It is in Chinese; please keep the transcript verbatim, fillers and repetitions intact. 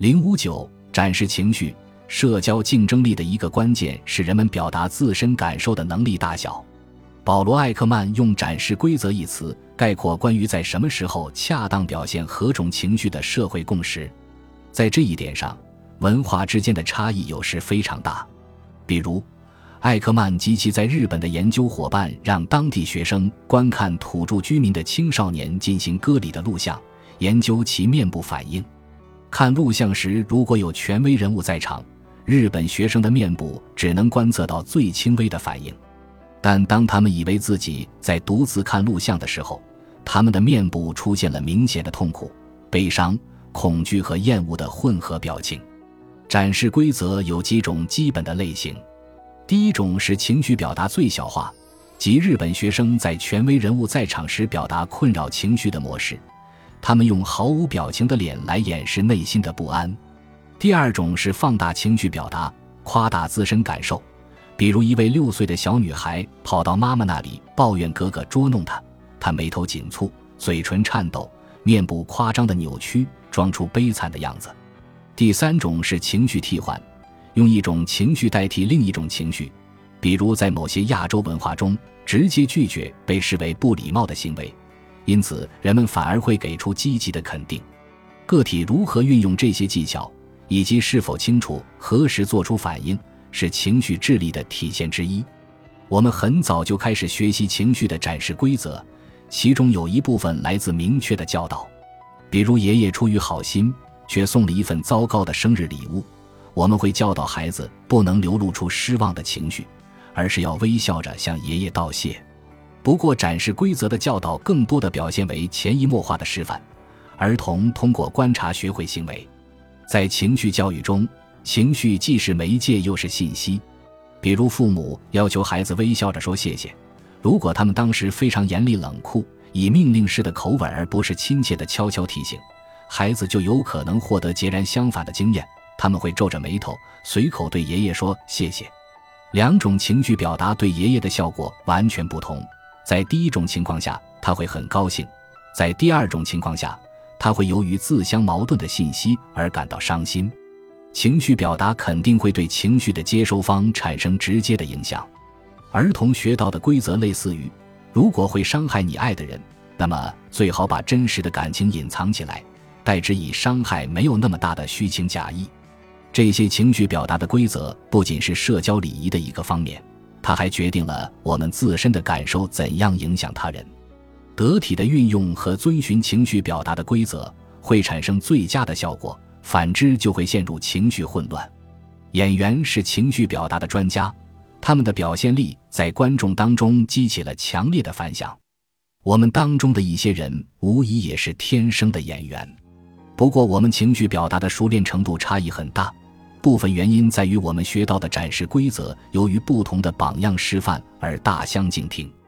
零五九展示情绪。社交竞争力的一个关键是人们表达自身感受的能力大小。保罗·艾克曼用展示规则一词概括关于在什么时候恰当表现何种情绪的社会共识。在这一点上，文化之间的差异有时非常大。比如，艾克曼及其在日本的研究伙伴让当地学生观看土著居民的青少年进行割礼的录像，研究其面部反应。看录像时，如果有权威人物在场，日本学生的面部只能观测到最轻微的反应，但当他们以为自己在独自看录像的时候，他们的面部出现了明显的痛苦、悲伤、恐惧和厌恶的混合表情。展示规则有几种基本的类型。第一种是情绪表达最小化，即日本学生在权威人物在场时表达困扰情绪的模式，他们用毫无表情的脸来掩饰内心的不安。第二种是放大情绪表达，夸大自身感受，比如一位六岁的小女孩跑到妈妈那里抱怨哥哥捉弄她，她眉头紧蹙，嘴唇颤抖，面部夸张的扭曲，装出悲惨的样子。第三种是情绪替换，用一种情绪代替另一种情绪，比如在某些亚洲文化中，直接拒绝被视为不礼貌的行为，因此人们反而会给出积极的肯定。个体如何运用这些技巧，以及是否清楚何时做出反应，是情绪智力的体现之一。我们很早就开始学习情绪的展示规则，其中有一部分来自明确的教导。比如爷爷出于好心，却送了一份糟糕的生日礼物，我们会教导孩子不能流露出失望的情绪，而是要微笑着向爷爷道谢。不过展示规则的教导更多的表现为潜移默化的示范，儿童通过观察学会行为。在情绪教育中，情绪既是媒介又是信息。比如父母要求孩子微笑着说谢谢，如果他们当时非常严厉冷酷，以命令式的口吻而不是亲切的悄悄提醒，孩子就有可能获得截然相反的经验，他们会皱着眉头，随口对爷爷说谢谢。两种情绪表达对爷爷的效果完全不同，在第一种情况下他会很高兴，在第二种情况下他会由于自相矛盾的信息而感到伤心。情绪表达肯定会对情绪的接收方产生直接的影响。儿童学到的规则类似于，如果会伤害你爱的人，那么最好把真实的感情隐藏起来，代之以伤害没有那么大的虚情假意。这些情绪表达的规则不仅是社交礼仪的一个方面，它还决定了我们自身的感受怎样影响他人。得体的运用和遵循情绪表达的规则会产生最佳的效果，反之就会陷入情绪混乱。演员是情绪表达的专家，他们的表现力在观众当中激起了强烈的反响。我们当中的一些人无疑也是天生的演员，不过我们情绪表达的熟练程度差异很大，部分原因在于我们学到的展示规则由于不同的榜样示范而大相径庭。